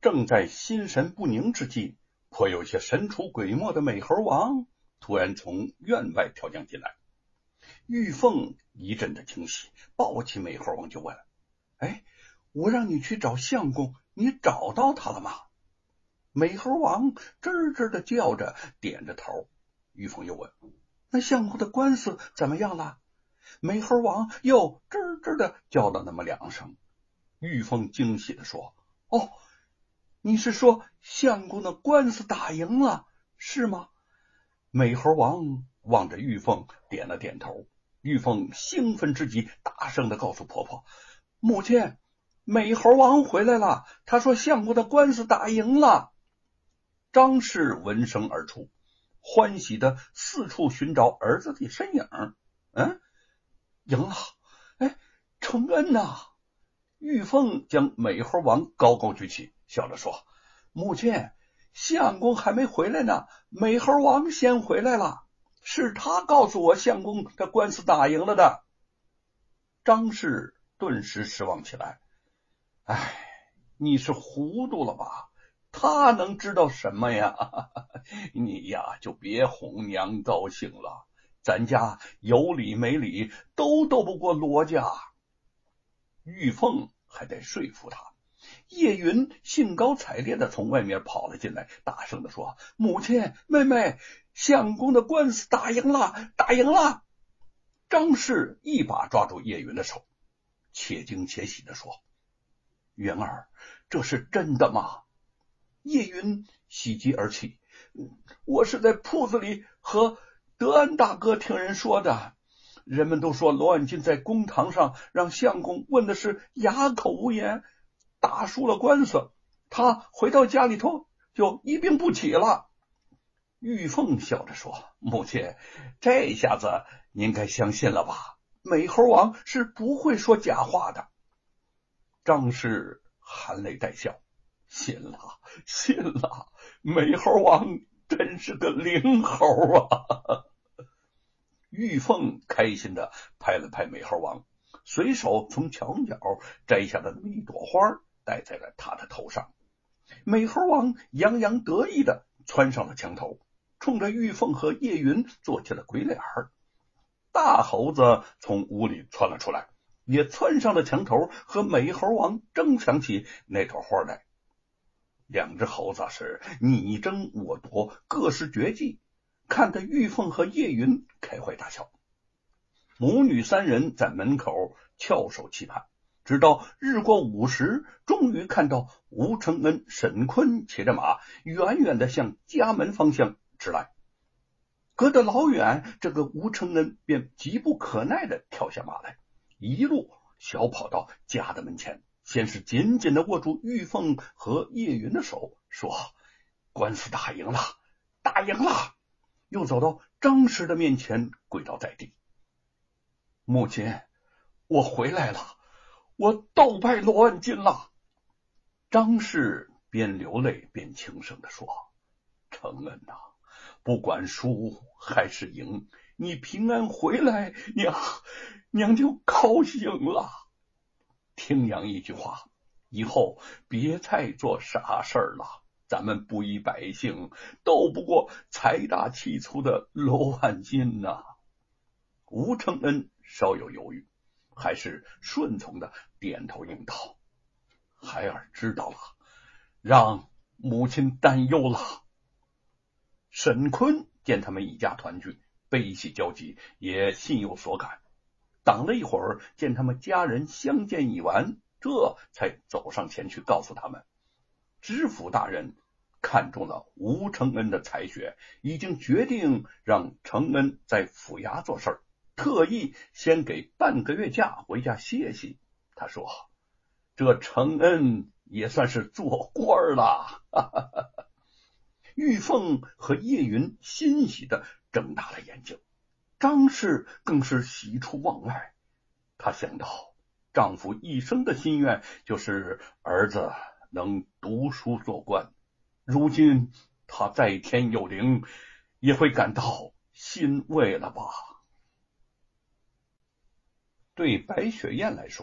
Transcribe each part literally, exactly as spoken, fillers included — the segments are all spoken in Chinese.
正在心神不宁之际，颇有些神出鬼没的美猴王突然从院外跳将进来。玉凤一阵的惊喜，抱起美猴王就问：哎，我让你去找相公，你找到他了吗？美猴王吱吱的叫着，点着头。玉凤又问：那相公的官司怎么样了？美猴王又吱吱的叫了那么两声。玉凤惊喜的说：哦，你是说相公的官司打赢了，是吗？美猴王望着玉凤点了点头。玉凤兴奋之极，大声的告诉婆婆：母亲，美猴王回来了，他说相公的官司打赢了。张氏闻声而出，欢喜的四处寻找儿子的身影。嗯，赢了，哎，承恩呐、啊！玉凤将美猴王高高举起，笑着说：母亲，相公还没回来呢，美猴王先回来了，是他告诉我相公的官司打赢了的。张氏顿时失望起来。哎，你是糊涂了吧？他能知道什么呀？你呀，就别哄娘高兴了。咱家有理没理都斗不过罗家。玉凤还得说服他。叶云兴高采烈的从外面跑了进来，大声的说：母亲，妹妹，相公的官司打赢了，打赢了。张氏一把抓住叶云的手，且惊且喜的说：云儿，这是真的吗？叶云喜极而泣：我是在铺子里和德安大哥听人说的，人们都说罗万金在公堂上让相公问的是哑口无言，打输了官司，他回到家里头就一病不起了。玉凤笑着说：母亲，这下子您该相信了吧？美猴王是不会说假话的。张氏含泪带笑：信了，信了，美猴王真是个灵猴啊！玉凤开心的拍了拍美猴王，随手从墙角摘下了那么一朵花，戴在了他的头上。美猴王洋洋得意的窜上了墙头，冲着玉凤和叶云做起了鬼脸儿。大猴子从屋里窜了出来，也窜上了墙头，和美猴王争抢起那朵花来。两只猴子是你争我夺，各施绝技，看得玉凤和叶云开怀大笑。母女三人在门口翘首期盼，直到日过午时，终于看到吴承恩、沈坤骑着马远远的向家门方向直来。隔得老远，这个吴承恩便急不可耐的跳下马来，一路小跑到家的门前，先是紧紧的握住玉凤和叶云的手，说：官司打赢了，打赢了。又走到张氏的面前，跪倒在地：母亲，我回来了，我斗败罗万金了。张氏边流泪边轻声的说：承恩呐、啊，不管输还是赢，你平安回来，娘娘就高兴了。听娘一句话，以后别再做傻事儿了。咱们布衣百姓斗不过财大气粗的罗万金呐、啊。吴承恩稍有犹豫，还是顺从的点头应道：孩儿知道了，让母亲担忧了。沈坤见他们一家团聚，悲喜交集，也心有所感。等了一会儿，见他们家人相见已完，这才走上前去告诉他们，知府大人看中了吴承恩的才学，已经决定让承恩在府衙做事，特意先给半个月假回家歇息。他说：这承恩也算是做官了。玉凤和叶云欣喜的睁大了眼睛，张氏更是喜出望外。她想到丈夫一生的心愿就是儿子能读书做官，如今他在天有灵，也会感到欣慰了吧。对白雪燕来说，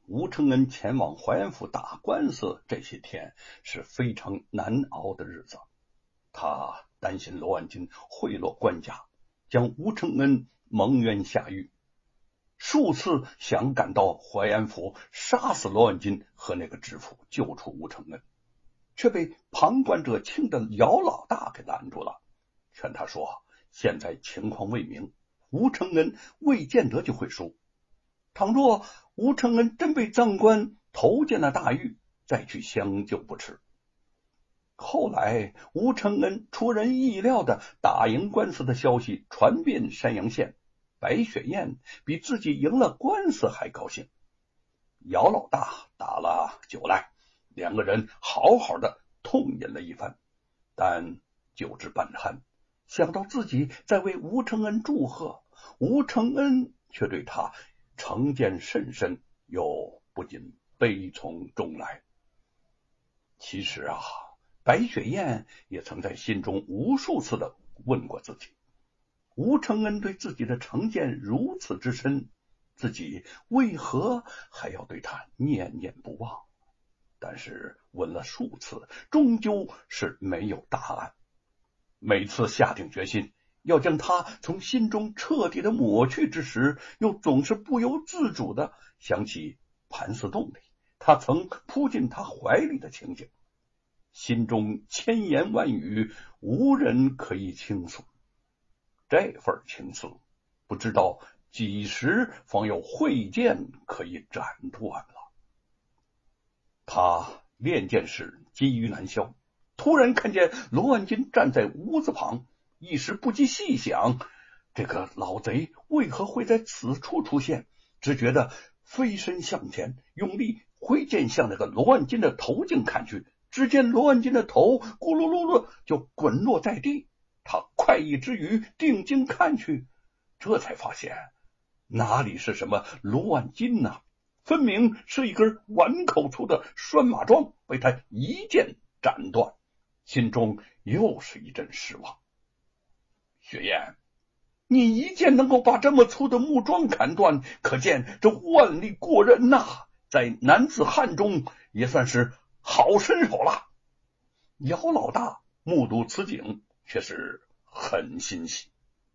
吴承恩前往淮安府打官司，这些天是非常难熬的日子。他担心罗万金贿赂官家，将吴承恩蒙冤下狱，数次想赶到淮安府杀死罗万金和那个知府，救出吴承恩，却被旁观者清的姚老大给拦住了，劝他说现在情况未明，吴承恩未见得就会输，倘若吴承恩真被赃官投进了大狱，再去相救不迟。后来吴承恩出人意料的打赢官司的消息传遍山阳县，白雪燕比自己赢了官司还高兴。姚老大打了酒来，两个人好好的痛饮了一番，但酒至半酣，想到自己在为吴承恩祝贺，吴承恩却对他成见甚深，又不禁悲从中来。其实啊，白雪燕也曾在心中无数次的问过自己，吴承恩对自己的成见如此之深，自己为何还要对他念念不忘？但是问了数次，终究是没有答案。每次下定决心要将他从心中彻底的抹去之时，又总是不由自主的想起盘丝洞里他曾扑进他怀里的情景，心中千言万语无人可以倾诉。这份情愫不知道几时方有慧剑可以斩断了。他练剑时急于难消，突然看见罗万金站在屋子旁，一时不及细想，这个老贼为何会在此处出现，只觉得飞身向前，用力挥剑向那个罗万金的头颈看去，只见罗万金的头咕噜噜噜就滚落在地。他快意之余定睛看去，这才发现哪里是什么罗万金呢，分明是一根碗口粗的拴马桩被他一剑斩断，心中又是一阵失望。雪雁，你一剑能够把这么粗的木桩砍断，可见这腕力过人呐、啊，在男子汉中也算是好身手了。姚老大目睹此景，却是很欣喜。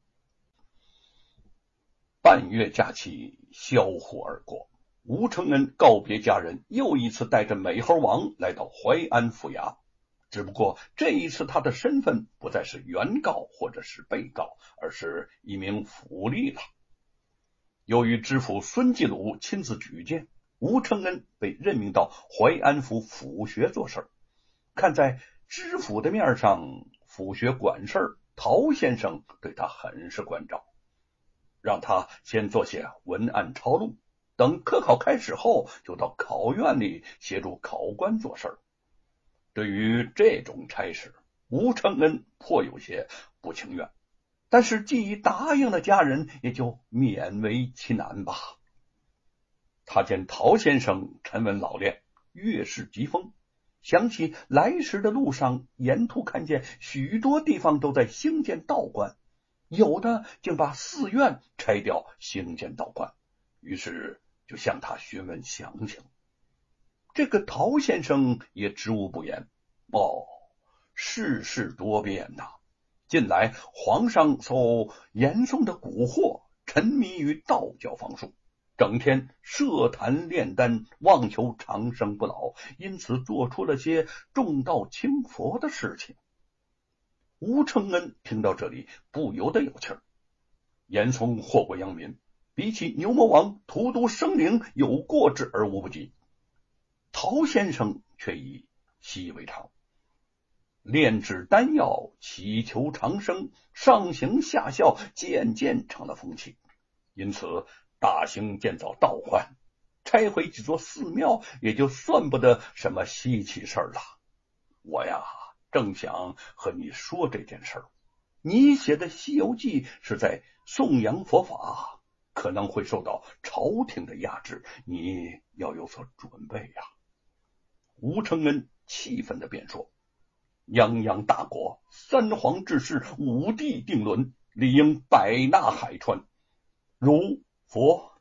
半月假期消忽而过，吴承恩告别家人，又一次带着美猴王来到淮安府衙。只不过这一次他的身份不再是原告或者是被告，而是一名府吏了。由于知府孙继鲁亲自举荐，吴承恩被任命到淮安府府学做事。看在知府的面上，府学管事陶先生对他很是关照，让他先做些文案抄录，等科考开始后就到考院里协助考官做事。对于这种差事，吴承恩颇有些不情愿，但是既已答应了家人，也就勉为其难吧。他见陶先生沉稳老练，月事疾风，想起来时的路上沿途看见许多地方都在兴建道观，有的竟把寺院拆掉兴建道观，于是就向他询问详情。这个陶先生也知无不言，哦，世事多变呐、啊！近来皇上受严嵩的蛊惑，沉迷于道教方术，整天设坛炼丹，妄求长生不老，因此做出了些重道轻佛的事情。吴承恩听到这里不由得有气儿。严嵩祸国殃民，比起牛魔王荼毒生灵有过之而无不及。陶先生却已习以为常，炼制丹药祈求长生，上行下效，渐渐成了风气，因此大兴建造道观，拆毁几座寺庙也就算不得什么稀奇事了。我呀正想和你说这件事儿，你写的《西游记》是在颂扬佛法，可能会受到朝廷的压制，你要有所准备呀、啊。吴承恩气愤的便说，泱泱大国，三皇治世，五帝定伦，理应百纳海川，儒佛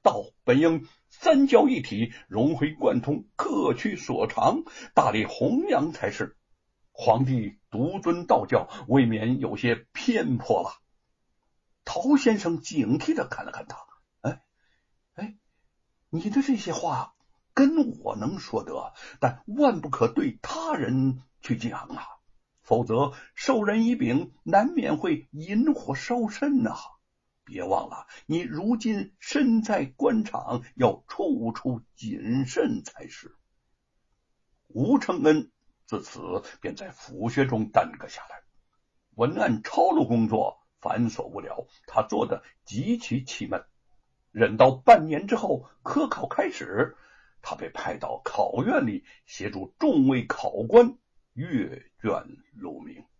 道本应三教一体，融会贯通，各取所长，大力弘扬才是。皇帝独尊道教，未免有些偏颇了。陶先生警惕地看了看他，哎哎，你的这些话跟我能说得，但万不可对他人去讲啊，否则授人以柄，难免会引火烧身呐、啊。别忘了，你如今身在官场，要处处谨慎才是。吴承恩自此便在府学中耽搁下来，文案抄录工作繁琐无聊，他做得极其气闷。忍到半年之后，科考开始，他被派到考院里协助众位考官阅卷录名。